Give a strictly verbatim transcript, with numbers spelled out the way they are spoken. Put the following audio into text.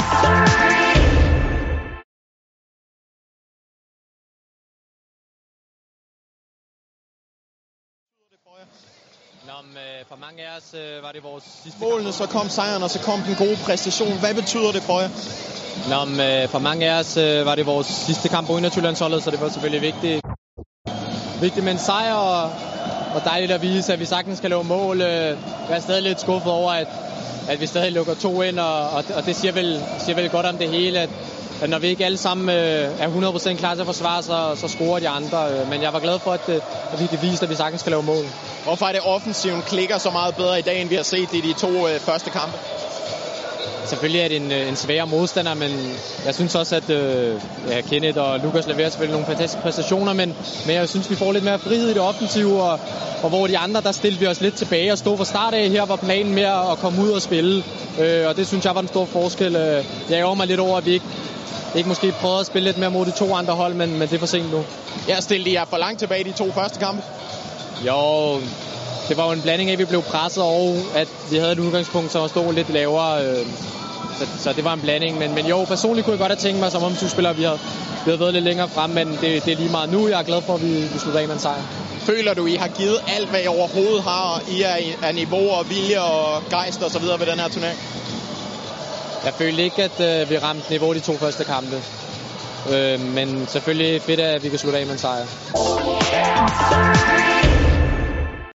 Nå, men, for mange af os øh, var det vores sidste målene, kamp. Så kom sejren, og så kom den gode præstation. Hvad betyder det for jer? Nå, men, for mange af os øh, var det vores sidste kamp på U enogtyve-landsholdet, så det var selvfølgelig vigtigt, vigtigt med en sejr, og, og dejligt at vise, at vi sagtens kan lave mål. Jeg er stadig lidt skuffet over, at, at vi stadig lukker to ind, og, og, og det siger vel, siger vel godt om det hele, at, at når vi ikke alle sammen øh, er hundrede procent klar til at forsvare, så, så scorer de andre. Men jeg var glad for, at, at vi kan vise, at vi sagtens kan lave mål. Hvorfor er det offensiven klikker så meget bedre i dag, end vi har set i de to øh, første kampe? Selvfølgelig er det en, en svær modstander, men jeg synes også, at øh, ja, Kenneth og Lukas leverer selvfølgelig nogle fantastiske præstationer, men, men jeg synes, vi får lidt mere frihed i det offensive, og, og hvor de andre, der stillede vi os lidt tilbage og stod fra start af. Her var planen med at komme ud og spille, øh, og det synes jeg var en stor forskel. Jeg ærger mig lidt over, at vi ikke, ikke måske prøvede at spille lidt mere mod de to andre hold, men, men det er for sent nu. Jeg stillede jer for langt tilbage i de to første kampe? Jo, det var jo en blanding af, at vi blev presset, og at vi havde et udgangspunkt, som stod lidt lavere. Øh, så, så det var en blanding. Men, men jo, personligt kunne jeg godt have tænkt mig som omtyvspiller, vi havde, vi havde været lidt længere frem, men det, det er lige meget nu. Jeg er glad for, at vi, vi slutter af med en sejr. Føler du, I har givet alt, hvad I overhovedet har? I er af niveau og vilje og gejst og så videre ved den her turnering? Jeg følte ikke, at øh, vi ramte niveau de to første kampe. Øh, men selvfølgelig fedt, at vi kan slutte af med en sejr.